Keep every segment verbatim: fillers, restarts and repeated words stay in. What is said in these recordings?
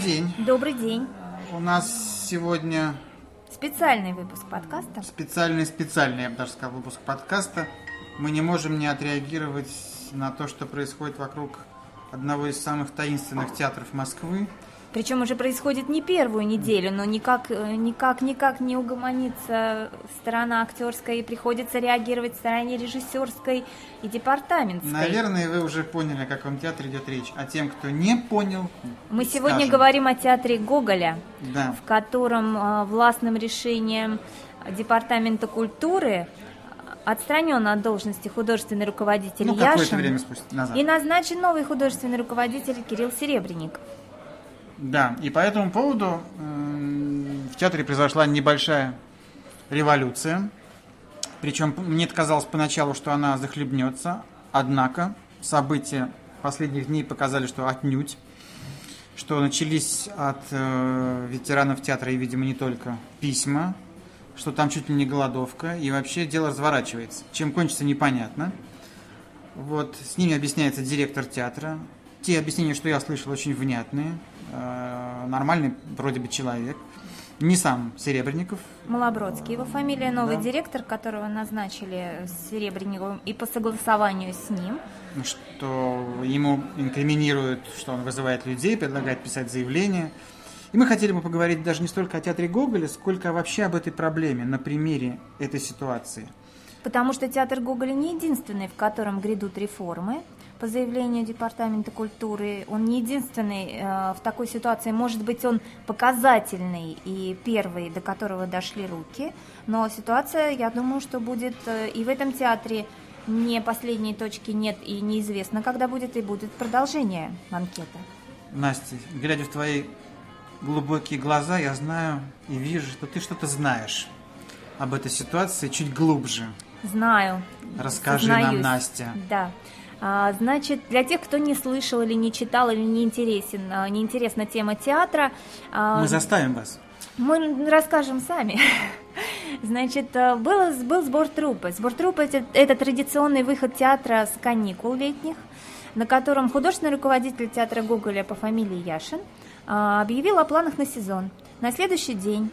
день. Добрый день. У нас сегодня специальный выпуск подкаста. Специальный-специальный, я бы даже сказал, выпуск подкаста. Мы не можем не отреагировать на то, что происходит вокруг одного из самых таинственных театров Москвы. Причем уже происходит не первую неделю, но никак, никак, никак не угомонится сторона актерская, и приходится реагировать стороне режиссерской и департаментской. Наверное, вы уже поняли, о каком театре идет речь. А тем, кто не понял, мы скажем. Сегодня говорим о театре Гоголя, да. в котором а, властным решением Департамента культуры отстранен от должности художественный руководитель ну, Яшин время назад. И назначен новый художественный руководитель Кирилл Серебренников. Да, и по этому поводу э, в театре произошла небольшая революция. Причем мне казалось поначалу, что она захлебнется. Однако события последних дней показали, что отнюдь. Что начались от э, ветеранов театра, и, видимо, не только, письма. Что там чуть ли не голодовка. И вообще дело разворачивается. Чем кончится, непонятно. Вот, с ними объясняется директор театра. Те объяснения, что я слышал, очень внятные. Э, нормальный вроде бы человек. Не сам Серебренников. Малобродский. Его фамилия, новый да. директор, которого назначили с Серебренниковым и по согласованию с ним. Что ему инкриминируют, что он вызывает людей, предлагает писать заявление. И мы хотели бы поговорить даже не столько о театре Гоголя, сколько вообще об этой проблеме на примере этой ситуации. Потому что театр Гоголя не единственный, в котором грядут реформы. По заявлению Департамента культуры, он не единственный э, в такой ситуации. Может быть, он показательный и первый, до которого дошли руки. Но ситуация, я думаю, что будет э, и в этом театре не последней точки нет, и неизвестно, когда будет, и будет продолжение анкеты. Настя, глядя в твои глубокие глаза, я знаю и вижу, что ты что-то знаешь об этой ситуации чуть глубже. Знаю. Расскажи Сознаюсь. нам, Настя. Да. А, значит, для тех, кто не слышал или не читал, или не интересен, не интересна тема театра... Мы заставим вас. Мы расскажем сами. Значит, был, был сбор труппы. Сбор труппы это, – это традиционный выход театра с каникул летних, на котором художественный руководитель театра Гоголя по фамилии Яшин объявил о планах на сезон. На следующий день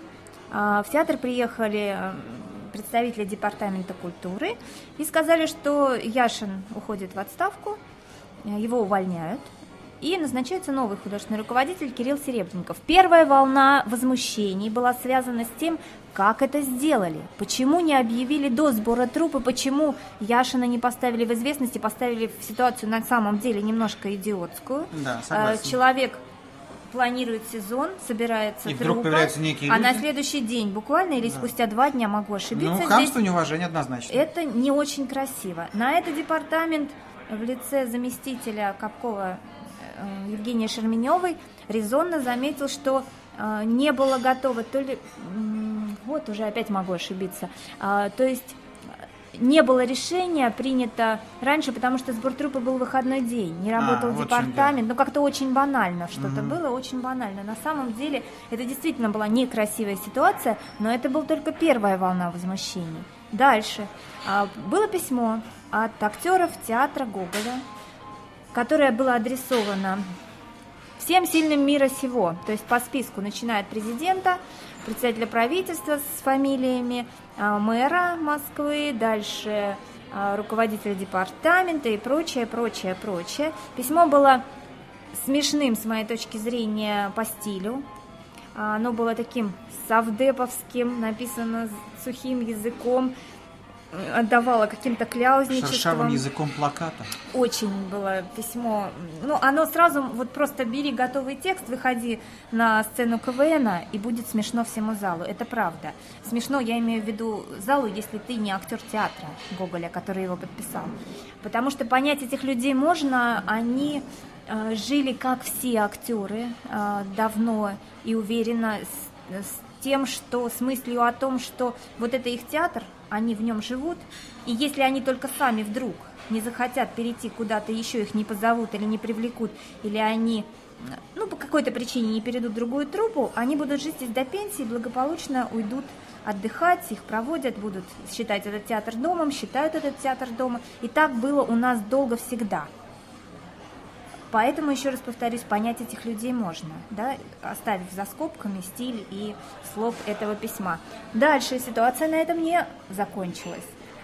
в театр приехали представители Департамента культуры и сказали, что Яшин уходит в отставку, его увольняют, и назначается новый художественный руководитель Кирилл Серебренников. Первая волна возмущений была связана с тем, как это сделали, почему не объявили до сбора труппы, почему Яшина не поставили в известность и поставили в ситуацию на самом деле немножко идиотскую. Да, согласен. Человек планирует сезон, собирается и вдруг труппа, появляются некие а люди. На следующий день буквально или да. спустя два дня, могу ошибиться. Ну, хамство, неуважение однозначно. Это не очень красиво. На это департамент в лице заместителя Капкова э, Евгения Шерменевой резонно заметил, что э, не было готово, то ли, э, вот уже опять могу ошибиться, э, то есть не было решения принято раньше, потому что сбор труппы был выходной день, не работал а, вот департамент, ну как-то очень банально что-то угу. было, очень банально. На самом деле это действительно была некрасивая ситуация, но это была только первая волна возмущений. Дальше а, было письмо от актеров театра Гоголя, которое было адресовано всем сильным мира сего, то есть по списку, начиная от президента, председателя правительства с фамилиями, мэра Москвы, дальше руководителя департамента и прочее, прочее, прочее. Письмо было смешным, с моей точки зрения, по стилю. Оно было таким совдеповским, написано сухим языком, отдавала каким-то кляузничеством. Шершавым языком плаката. Очень было письмо. Ну, оно сразу, вот просто бери готовый текст, выходи на сцену КВНа, и будет смешно всему залу. Это правда. Смешно, я имею в виду залу, если ты не актер театра Гоголя, который его подписал. Потому что понять этих людей можно, они э, жили, как все актеры, э, давно и уверенно, с, с тем, что, с мыслью о том, что вот это их театр, они в нем живут, и если они только сами вдруг не захотят перейти куда-то еще, их не позовут или не привлекут, или они, ну, по какой-то причине не перейдут в другую труппу, они будут жить здесь до пенсии, благополучно уйдут отдыхать, их проводят, будут считать этот театр домом, считают этот театр домом, и так было у нас долго всегда. Поэтому, еще раз повторюсь, понять этих людей можно, да, оставив за скобками стиль и слог этого письма. Дальше ситуация на этом не закончилась.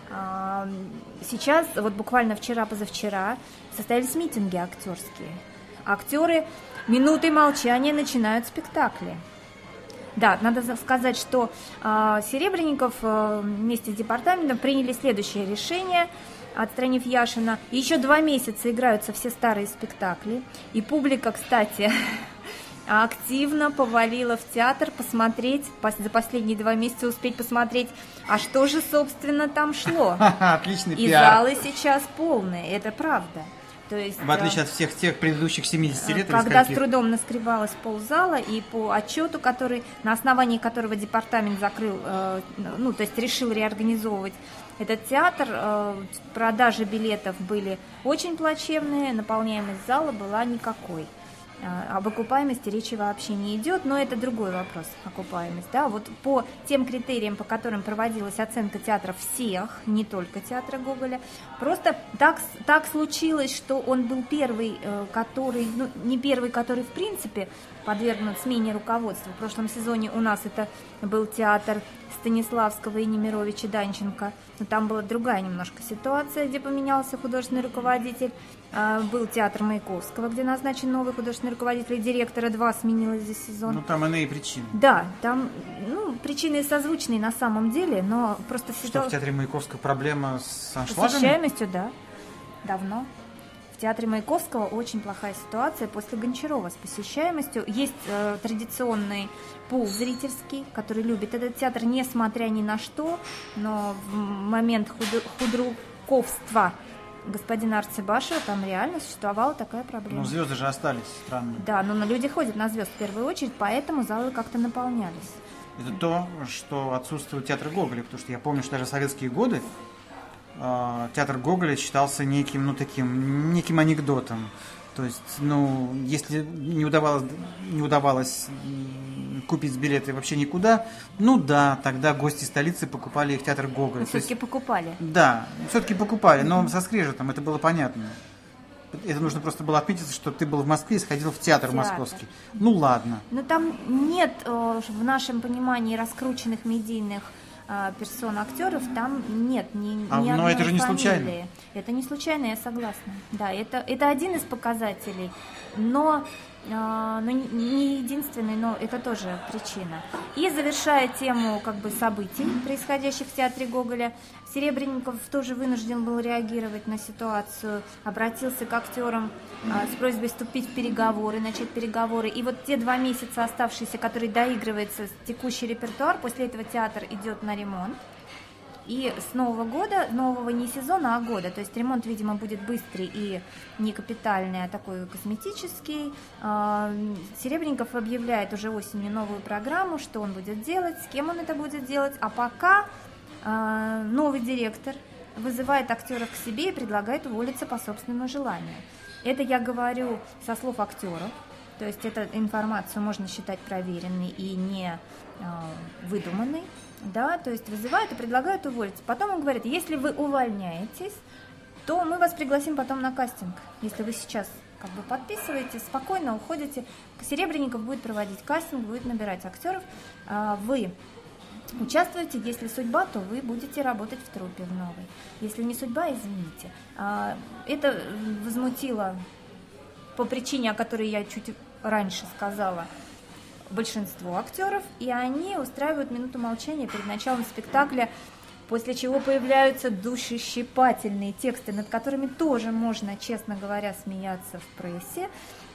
Сейчас, вот буквально вчера-позавчера, состоялись митинги актерские. Актеры минутой молчания начинают спектакли. Да, надо сказать, что э, Серебренников э, вместе с департаментом приняли следующее решение, отстранив Яшина. Еще два месяца играются все старые спектакли. И публика, кстати, активно повалила в театр посмотреть, за последние два месяца успеть посмотреть, а что же, собственно, там шло. Отличный И пиар. залы сейчас полные, это правда. То есть, в отличие от всех тех предыдущих семидесяти лет. Когда с трудом наскребалась ползала, и по отчету, который, на основании которого департамент закрыл, э, ну, то есть решил реорганизовывать этот театр, э, продажи билетов были очень плачевные, наполняемость зала была никакой. Об окупаемости речи вообще не идет, но это другой вопрос, окупаемость. Да? Вот по тем критериям, по которым проводилась оценка театров всех, не только театра Гоголя, просто так, так случилось, что он был первый, который, ну, не первый, который в принципе подвергнут смене руководства. В прошлом сезоне у нас это был театр Станиславского и Немировича Данченко, но там была другая немножко ситуация, где поменялся художественный руководитель. Был театр Маяковского, где назначен новый художественный руководитель, и директора два сменилось за сезон. Ну, там иные причины. Да, там, ну, причины созвучные на самом деле, но просто Что, ситуация... в театре Маяковского проблема с аншлагами? С посещаемостью, да, давно. В театре Маяковского очень плохая ситуация после Гончарова с посещаемостью. Есть э, традиционный пул зрительский, который любит этот театр, несмотря ни на что, но в момент худ... худруковства господина Арцебашева там реально существовала такая проблема. Ну, звезды же остались, странно. Да, но на люди ходят на звезд в первую очередь, поэтому залы как-то наполнялись. Это то, что отсутствует театр Гоголя, потому что я помню, что даже в советские годы э, театр Гоголя считался неким, ну, таким, неким анекдотом. То есть, ну, если не удавалось, не удавалось купить билеты вообще никуда, ну да, тогда гости столицы покупали их в театр Гоголя. Но все-таки есть, покупали. Да, все-таки покупали, но mm-hmm. со скрежетом, это было понятно. Это нужно просто было отметить, что ты был в Москве и сходил в театр, театр. московский. Ну ладно. Но там нет э, в нашем понимании раскрученных медийных э, персон актеров, там нет ни, а, ни но одной это же не фамилии. Случайно. Это не случайно, я согласна. Да, это, это один из показателей, но, э, но не, не единственный, но это тоже причина. И завершая тему как бы событий, происходящих в театре Гоголя, Серебренников тоже вынужден был реагировать на ситуацию, обратился к актерам а, с просьбой вступить в переговоры, начать переговоры. И вот те два месяца оставшиеся, которые доигрывается текущий репертуар, после этого театр идет на ремонт. И с Нового года, нового не сезона, а года, то есть ремонт, видимо, будет быстрый и не капитальный, а такой косметический. Серебренников объявляет уже осенью новую программу, что он будет делать, с кем он это будет делать, а пока новый директор вызывает актеров к себе и предлагает уволиться по собственному желанию. Это я говорю со слов актеров, то есть эту информацию можно считать проверенной и не выдуманной. Да, то есть вызывают и предлагают уволиться. Потом он говорит, если вы увольняетесь, то мы вас пригласим потом на кастинг. Если вы сейчас как бы подписываете, спокойно уходите. Серебренников будет проводить кастинг, будет набирать актеров. Вы участвуете, если судьба, то вы будете работать в труппе в новой. Если не судьба, извините. Это возмутило по причине, о которой я чуть раньше сказала, большинство актеров, и они устраивают минуту молчания перед началом спектакля, после чего появляются душещипательные тексты, над которыми тоже можно, честно говоря, смеяться в прессе,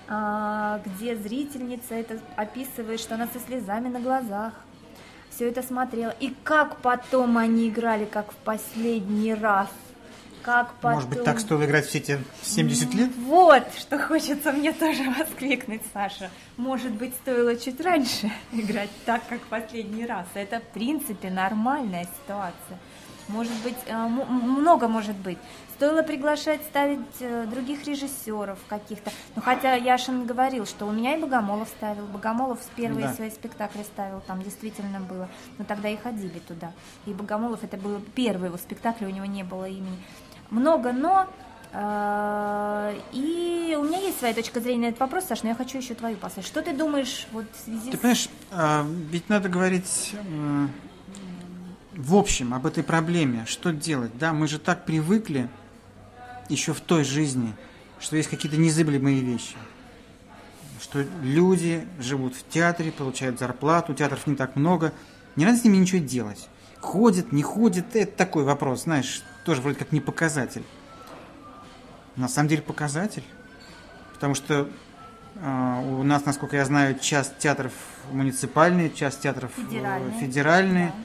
где зрительница это описывает, что она со слезами на глазах все это смотрела. И как потом они играли, как в последний раз. Как потом... Может быть, так стоило играть все эти семьдесят лет? Вот, что хочется мне тоже воскликнуть, Саша. Может быть, стоило чуть раньше играть так, как в последний раз. Это, в принципе, нормальная ситуация. Может быть, много может быть. Стоило приглашать, ставить других режиссеров каких-то. Ну, хотя Яшин говорил, что у меня и Богомолов ставил. Богомолов первые да. свои спектакли ставил, там действительно было. Но тогда и ходили туда. И Богомолов, это был первый его спектакль, у него не было имени. Много, но И у меня есть своя точка зрения на этот вопрос, Саш, но я хочу еще твою послушать. Что ты думаешь вот в связи Ты с... понимаешь, ведь надо говорить в общем об этой проблеме. Что делать? Да, мы же так привыкли еще в той жизни, что есть какие-то незыблемые вещи. Что люди живут в театре, получают зарплату, театров не так много. Не надо с ними ничего делать. Ходит, не ходит, это такой вопрос, знаешь, тоже вроде как не показатель. На самом деле показатель. Потому что э, у нас, насколько я знаю, часть театров муниципальные, часть театров федеральные. федеральные. Да.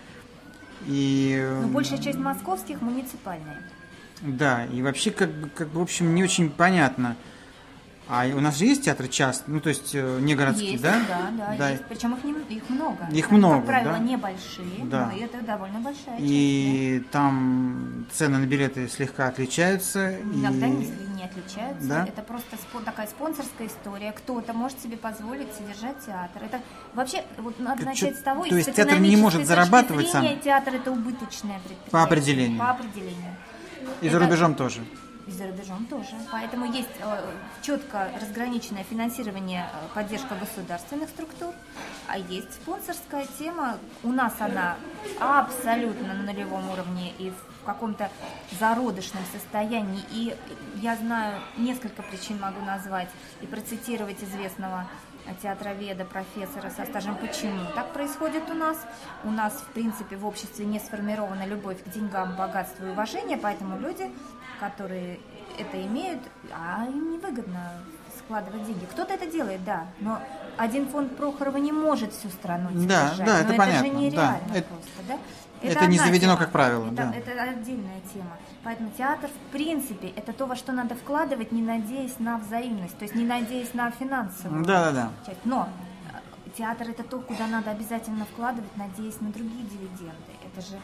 И, Но большая часть московских муниципальные. Да, и вообще, как бы, как бы, в общем, не очень понятно. А у нас же есть театры частные, ну, то есть не городские, есть, да? Да, да, да. есть. Причем их, не, их много. Их Они, много, как правило, да? небольшие, Да. но это довольно большая часть. И да. Там цены на билеты слегка отличаются. Иногда и... не, не отличаются. Да? Это просто спо- такая спонсорская история. Кто-то может себе позволить содержать театр. Это вообще, вот надо это начать чё... с того, то есть театр не может зарабатывать сам? Театр это убыточное предприятие. По определению. По определению. И это... за рубежом тоже. И за рубежом тоже. Поэтому есть э, четко разграниченное финансирование, э, поддержка государственных структур, а есть спонсорская тема. У нас она абсолютно на нулевом уровне и в каком-то зародышном состоянии. И я знаю, несколько причин могу назвать и процитировать известного театроведа, профессора со стажем, почему так происходит у нас. У нас, в принципе, в обществе не сформирована любовь к деньгам, богатству и уважению, поэтому люди, которые это имеют, а им невыгодно складывать деньги. Кто-то это делает, да, но один фонд Прохорова не может всю страну да, держать. Да, но это это понятно. же нереально Да. просто, да? Это, это не заведено тема. как правило. Это, да. это отдельная тема. Поэтому театр, в принципе, это то, во что надо вкладывать, не надеясь на взаимность, то есть не надеясь на финансовую да, да, да. часть. Но театр это то, куда надо обязательно вкладывать, надеясь на другие дивиденды. Это же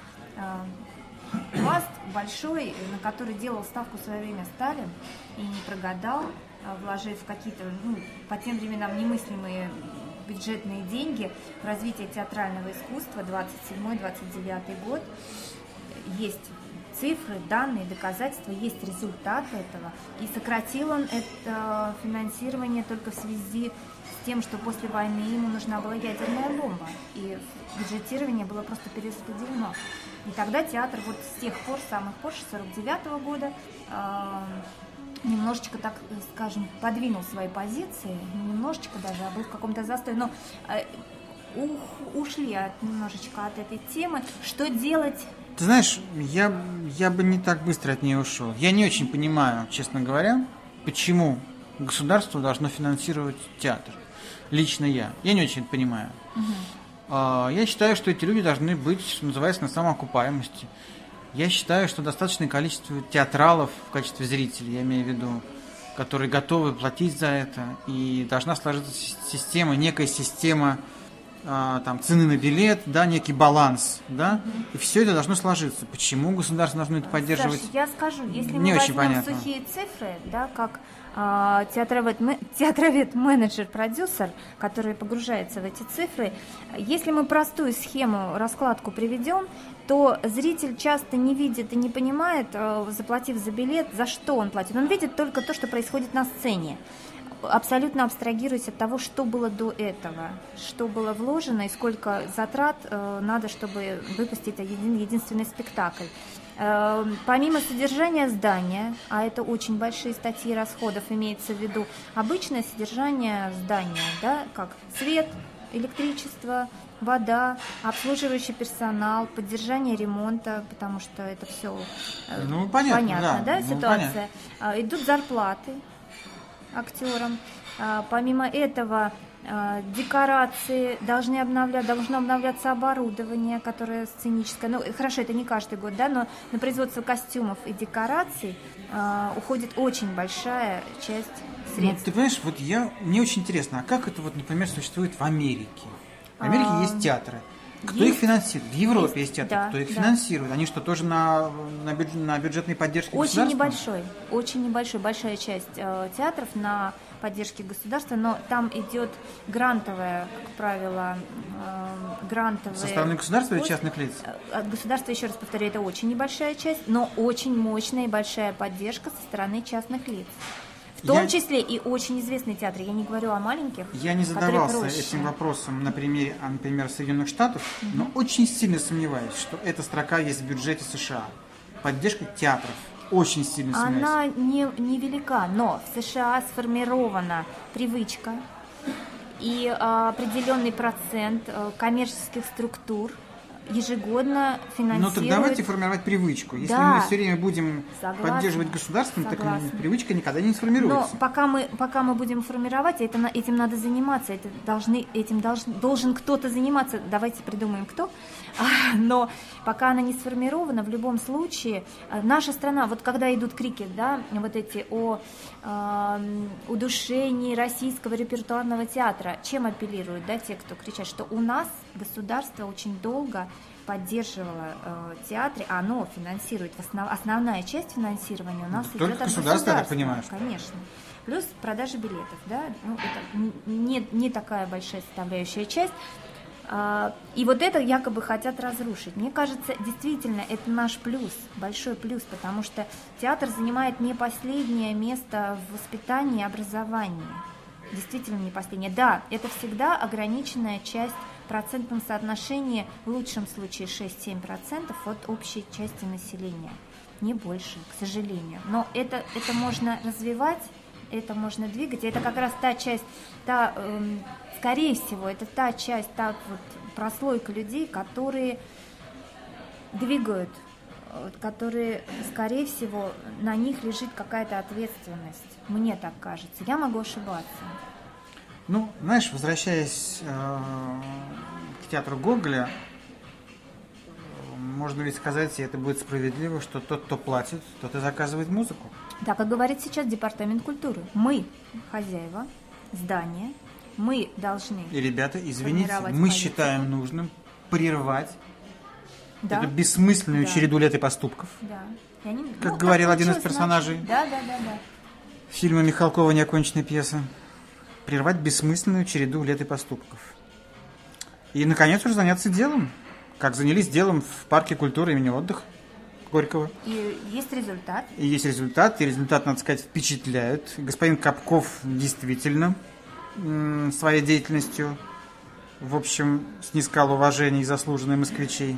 э, пласт большой, на который делал ставку в свое время Сталин и не прогадал, вложив какие-то, ну, по тем временам немыслимые бюджетные деньги в развитие театрального искусства. Двадцать седьмой — двадцать девятый год. Есть цифры, данные, доказательства, есть результат этого. И сократил он это финансирование только в связи с тем, что после войны ему нужна была ядерная бомба. И бюджетирование было просто перераспределено. И тогда театр вот с тех пор, с самых пор, с сорок девятого года, э, немножечко, так скажем, подвинул свои позиции, немножечко даже, а был в каком-то застое. Но э, ух, ушли от, немножечко от этой темы. Что делать? Ты знаешь, я, я бы не так быстро от нее ушел. Я не очень понимаю, честно говоря, почему государство должно финансировать театр. Лично я. Я не очень это понимаю. Угу. А, я считаю, что эти люди должны быть, что называется, на самоокупаемости. Я считаю, что достаточное количество театралов в качестве зрителей, я имею в виду, которые готовы платить за это, и должна сложиться система, некая система а, там, цены на билет, да, некий баланс, да, mm-hmm. и все это должно сложиться. Почему государство должно это поддерживать? Саша, я скажу, если не мы очень возьмем понятно. Сухие цифры, да, как а, театровед, театровед, менеджер, продюсер, который погружается в эти цифры, если мы простую схему, раскладку приведем, то зритель часто не видит и не понимает, заплатив за билет, за что он платит. Он видит только то, что происходит на сцене, абсолютно абстрагируясь от того, что было до этого, что было вложено и сколько затрат надо, чтобы выпустить один единственный спектакль. Помимо содержания здания, а это очень большие статьи расходов, имеется в виду обычное содержание здания, да, как свет, электричество, вода, обслуживающий персонал, поддержание ремонта, потому что это все ну, понятно, понятно, да, да, ситуация. Ну, понятно. Идут зарплаты актерам. Помимо этого декорации должны обновлять, должно обновляться оборудование, которое сценическое. Ну, хорошо, это не каждый год, да, но на производство костюмов и декораций уходит очень большая часть средств. Ну, ты понимаешь, вот я, мне очень интересно, а как это, вот, например, существует в Америке? В Америке а... есть театры. Кто есть, их финансирует? В Европе есть, есть театры, да, кто их да. финансирует? Они что, тоже на, на, бюджет, на бюджетной поддержке Очень государства? небольшой, очень небольшой, большая часть э, театров на поддержке государства, но там идет грантовая, как правило, э, грантовая... Со стороны государства или частных лиц? От государства, еще раз повторю, это очень небольшая часть, но очень мощная и большая поддержка со стороны частных лиц. В том я, числе и очень известные театры. Я не говорю о маленьких. Я не задавался этим вопросом на примере, например, Соединенных Штатов, угу. но очень сильно сомневаюсь, что эта строка есть в бюджете США. Поддержка театров. Очень сильно сомневаюсь. Она не, не велика, но в США сформирована привычка и а, определенный процент а, коммерческих структур ежегодно финансирует... Ну так давайте формировать привычку. Если да. мы все время будем Согласна. поддерживать государством, Согласна. так привычка никогда не сформируется. Но пока мы, пока мы будем формировать, это, этим надо заниматься, это должны, этим должен, должен кто-то заниматься, давайте придумаем кто. Но пока она не сформирована, в любом случае, наша страна, вот когда идут крики, да, вот эти о э, удушении российского репертуарного театра, чем апеллируют, да, те, кто кричат, что у нас государство очень долго поддерживало э, театры, а оно финансирует, основ, основная часть финансирования у нас Только идет от государства, государства, я так понимаю. Конечно. Плюс продажа билетов, да, ну, это не, не такая большая составляющая часть. И вот это якобы хотят разрушить. Мне кажется, действительно, это наш плюс, большой плюс, потому что театр занимает не последнее место в воспитании и образовании. Действительно не последнее. Да, это всегда ограниченная часть в процентном соотношении, в лучшем случае шесть-семь процентов от общей части населения. Не больше, к сожалению. Но это, это можно развивать, это можно двигать. И это как раз та часть, та... Эм, скорее всего, это та часть, та вот прослойка людей, которые двигают, которые, скорее всего, на них лежит какая-то ответственность. Мне так кажется. Я могу ошибаться. Ну, знаешь, возвращаясь э, к театру Гоголя, можно ли сказать, и это будет справедливо, что тот, кто платит, тот и заказывает музыку? Да, как говорит сейчас Департамент культуры. Мы хозяева здания. Мы должны... И, ребята, извините, мы позицию. считаем нужным прервать да. эту бессмысленную да. череду лет и поступков. Да. Я не... Как ну, говорил так один из персонажей да, да, да, да. фильма Михалкова «Неоконченная пьеса». Прервать бессмысленную череду лет и поступков. И, наконец, уже заняться делом. Как занялись делом в парке культуры имени Отдых Горького. И есть результат. И есть результат, и результат, надо сказать, впечатляет. Господин Капков действительно м- своей деятельностью, в общем, снискал уважение и заслуженное москвичей.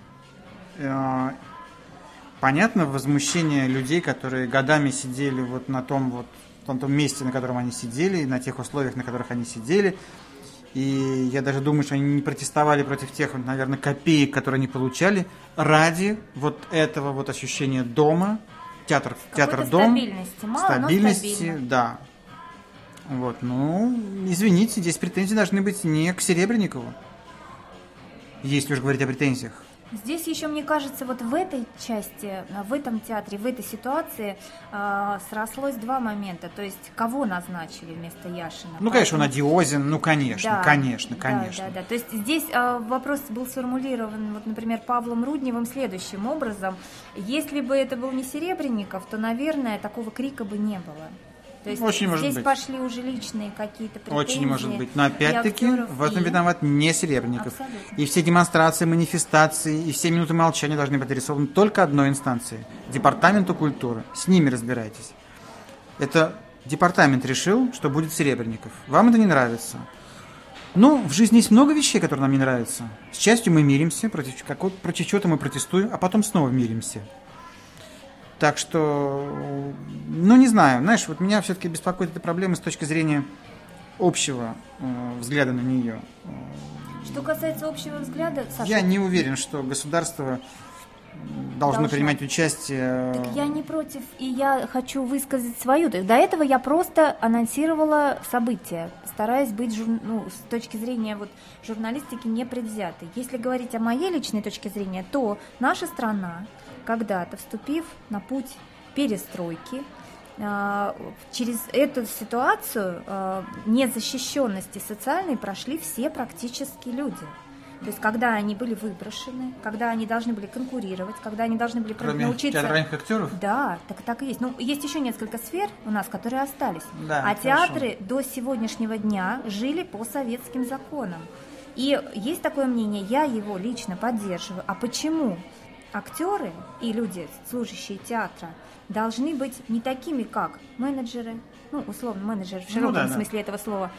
Э- понятно возмущение людей, которые годами сидели вот на том вот, на том месте, на котором они сидели, на тех условиях, на которых они сидели. И я даже думаю, что они не протестовали против тех, наверное, копеек, которые они получали, ради вот этого вот ощущения дома, театр, театр-дом, стабильности, мало, стабильности, но стабильно. Да. Вот, ну, извините, здесь претензии должны быть не к Серебренникову, если уж говорить о претензиях. Здесь еще, мне кажется, вот в этой части, в этом театре, в этой ситуации э, срослось два момента. То есть, кого назначили вместо Яшина? Ну, конечно, он одиозен, ну, конечно, да, конечно, конечно. Да, да, да. То есть, здесь э, вопрос был сформулирован, вот, например, Павлом Рудневым следующим образом. Если бы это был не Серебренников, то, наверное, такого крика бы не было. То есть Очень здесь может пошли уже личные какие-то претензии. Очень может быть. Но опять-таки актеров, в этом и... виноват не Серебренников. Абсолютно. И все демонстрации, манифестации, и все минуты молчания должны быть адресованы только одной инстанции – Департаменту культуры. С ними разбирайтесь. Это департамент решил, что будет Серебренников. Вам это не нравится. Ну, в жизни есть много вещей, которые нам не нравятся. С частью мы миримся, против, против чего-то мы протестуем, а потом снова миримся. Так что, ну, не знаю, знаешь, вот меня все-таки беспокоит эта проблема с точки зрения общего э, взгляда на нее. Что касается общего взгляда, Саша... Я не уверен, что государство должно, должно принимать участие... Так я не против, и я хочу высказать свою. До этого я просто анонсировала события, стараясь быть, жур... ну, с точки зрения вот, журналистики непредвзятой. Если говорить о моей личной точке зрения, то наша страна, когда-то вступив на путь перестройки, через эту ситуацию незащищенности социальной прошли все практически люди. То есть, когда они были выброшены, когда они должны были конкурировать, когда они должны были Кроме научиться... театральных актеров? Да, так, так и есть. Ну, есть еще несколько сфер у нас, которые остались. Да, а хорошо. театры до сегодняшнего дня жили по советским законам. И есть такое мнение, я его лично поддерживаю. А почему актеры и люди, служащие театра, должны быть не такими, как менеджеры, ну, условно, менеджеры в широком ну, да, смысле да. этого слова,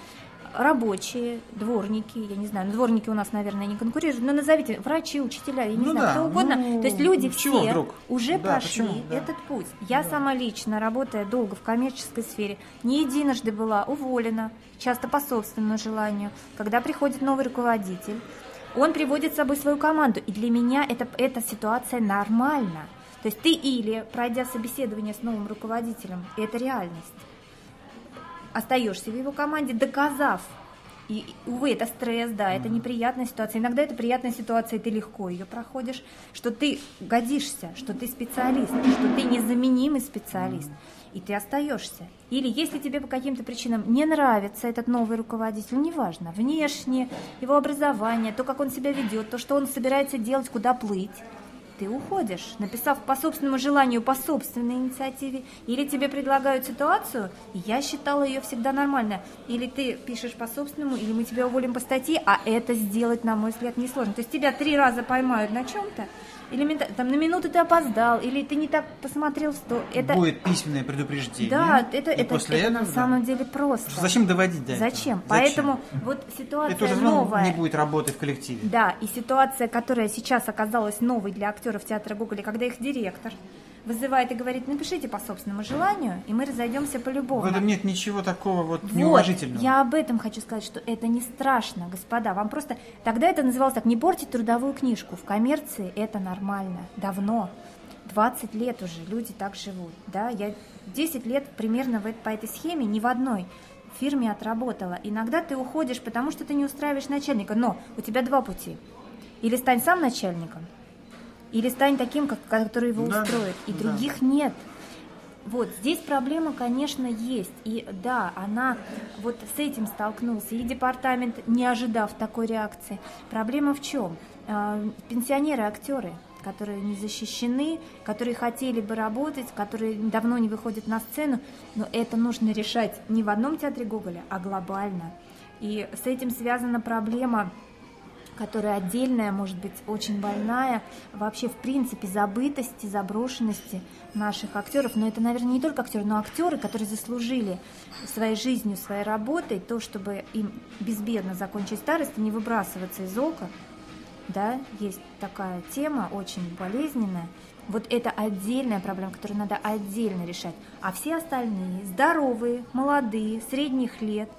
рабочие, дворники, я не знаю, дворники у нас, наверное, не конкурируют, но назовите врачи, учителя, я не ну, знаю, да, кто угодно. ну, То есть люди все вдруг? уже да, прошли почему? Да. этот путь. Я да. сама лично, работая долго в коммерческой сфере, не единожды была уволена, часто по собственному желанию. Когда приходит новый руководитель, он приводит с собой свою команду, и для меня это, эта ситуация нормальна. То есть ты или, пройдя собеседование с новым руководителем, и это реальность, остаешься в его команде, доказав, и, увы, это стресс, да, это неприятная ситуация. Иногда это приятная ситуация, и ты легко ее проходишь, что ты годишься, что ты специалист, что ты незаменимый специалист, и ты остаешься. Или если тебе по каким-то причинам не нравится этот новый руководитель, неважно, внешне, его образование, то, как он себя ведет, то, что он собирается делать, куда плыть, ты уходишь, написав по собственному желанию, по собственной инициативе, или тебе предлагают ситуацию, и я считала ее всегда нормально, или ты пишешь по собственному, или мы тебя уволим по статье, а это сделать, на мой взгляд, несложно. То есть тебя три раза поймают на чем-то, или там на минуту ты опоздал, или ты не так посмотрел в сто. Это... Будет письменное предупреждение. Да, это, это, после это этого, на самом деле просто. Зачем доводить до этого? Зачем? Зачем? Поэтому вот ситуация это уже новая. Не будет работы в коллективе. Да, и ситуация, которая сейчас оказалась новой для актеров театра Гоголя, когда их директор вызывает и говорит, напишите по собственному желанию, и мы разойдемся по-любому. В этом нет ничего такого вот, вот неуважительного. Я об этом хочу сказать, что это не страшно, господа. Вам просто... Тогда это называлось так, не портить трудовую книжку. В коммерции это нормально. Давно. двадцать лет уже люди так живут. Да? Я десять лет примерно по этой схеме ни в одной фирме отработала. Иногда ты уходишь, потому что ты не устраиваешь начальника. Но у тебя два пути. Или стань сам начальником, или стань таким, как, который его да, устроит. И да. других нет. Вот, здесь проблема, конечно, есть. И да, она вот с этим столкнулся. И департамент, не ожидав такой реакции. Проблема в чем? Пенсионеры-актеры, которые не защищены, которые хотели бы работать, которые давно не выходят на сцену. Но это нужно решать не в одном театре Гоголя, а глобально. И с этим связана проблема, которая отдельная, может быть, очень больная, вообще, в принципе, забытости, заброшенности наших актеров. Но это, наверное, не только актеры, но актеры, которые заслужили своей жизнью, своей работой то, чтобы им безбедно закончить старость и не выбрасываться из ока. Да, есть такая тема, очень болезненная. Вот это отдельная проблема, которую надо отдельно решать. А все остальные, здоровые, молодые, средних лет,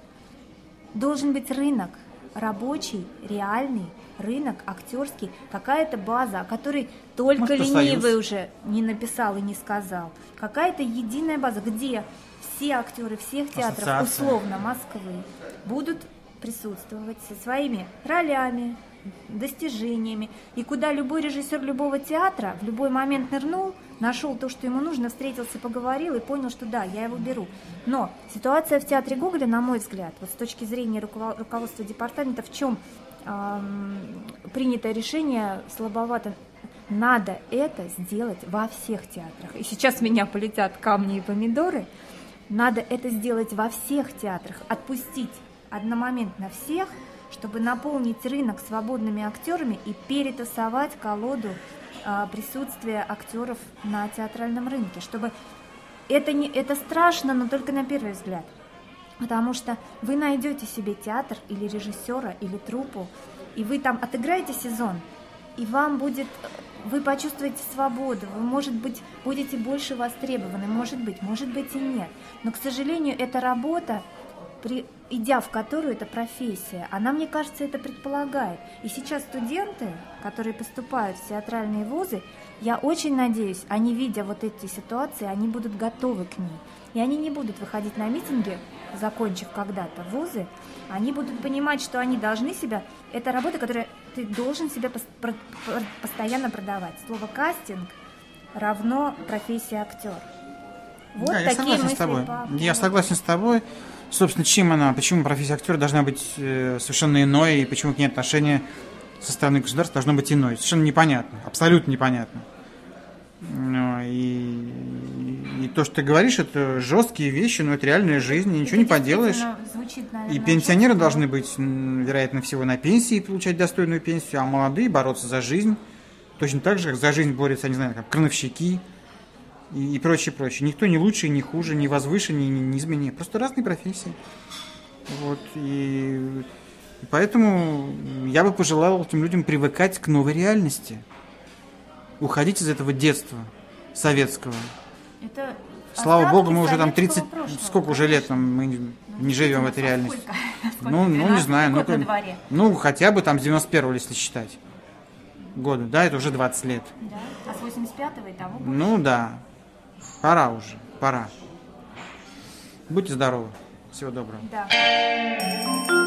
должен быть рынок. Рабочий, реальный рынок, актерский, какая-то база, о которой только Может, ленивый уже не написал и не сказал. Какая-то единая база, где все актеры всех театров, Ассоциация. условно Москвы, будут присутствовать со своими ролями, достижениями, и куда любой режиссер любого театра в любой момент нырнул, нашел то, что ему нужно, встретился, поговорил и понял, что да, я его беру. Но ситуация в театре Гоголя, на мой взгляд, вот с точки зрения руководства департамента, в чем эм, принятое решение слабовато. Надо это сделать во всех театрах. И сейчас с меня полетят камни и помидоры. Надо это сделать во всех театрах, отпустить одномоментно всех, чтобы наполнить рынок свободными актерами и перетасовать колоду а, присутствия актеров на театральном рынке. Чтобы это, не, это страшно, но только на первый взгляд. Потому что вы найдете себе театр или режиссера, или труппу, и вы там отыграете сезон, и вам будет... Вы почувствуете свободу, вы, может быть, будете больше востребованы, может быть, может быть и нет. Но, к сожалению, эта работа, при, идя в которую, это профессия, она, мне кажется, это предполагает. И сейчас студенты, которые поступают в театральные вузы, я очень надеюсь, они, видя вот эти ситуации, они будут готовы к ней. И они не будут выходить на митинги, закончив когда-то вузы, они будут понимать, что они должны себя... Это работа, которую ты должен себя постоянно продавать. Слово «кастинг» равно профессия актер. Вот да, я согласен с тобой. По... Я согласен с тобой. Собственно, чем она, почему профессия актера должна быть э, совершенно иной, и почему к ней отношение со стороны государства должно быть иное. Совершенно непонятно, абсолютно непонятно. Ну, и, и то, что ты говоришь, это жесткие вещи, но это реальная жизнь, и ничего не поделаешь. Звучит, наверное, и пенсионеры жестко. должны быть, вероятно всего, на пенсии и получать достойную пенсию, а молодые бороться за жизнь. Точно так же, как за жизнь борются, не знаю, как крановщики и, и прочее, прочее. Никто не лучше, не хуже, не возвышеннее, не низменнее. Просто разные профессии. Вот, и, и поэтому я бы пожелал этим людям привыкать к новой реальности. Уходить из этого детства советского. Это Слава богу, мы уже там советского тридцать, прошлого, сколько уже конечно. лет там мы не, Ну, не живем в действительно, этой реальности. сколько? Сколько? Ну, ну, не двенадцатый знаю, год ну, на дворе. ну, хотя бы там с девяносто первого, если считать, года, да, это уже двадцать лет. Да? А с восемьдесят пятого и того больше? Ну, да, пора уже, пора. Будьте здоровы, всего доброго. Да.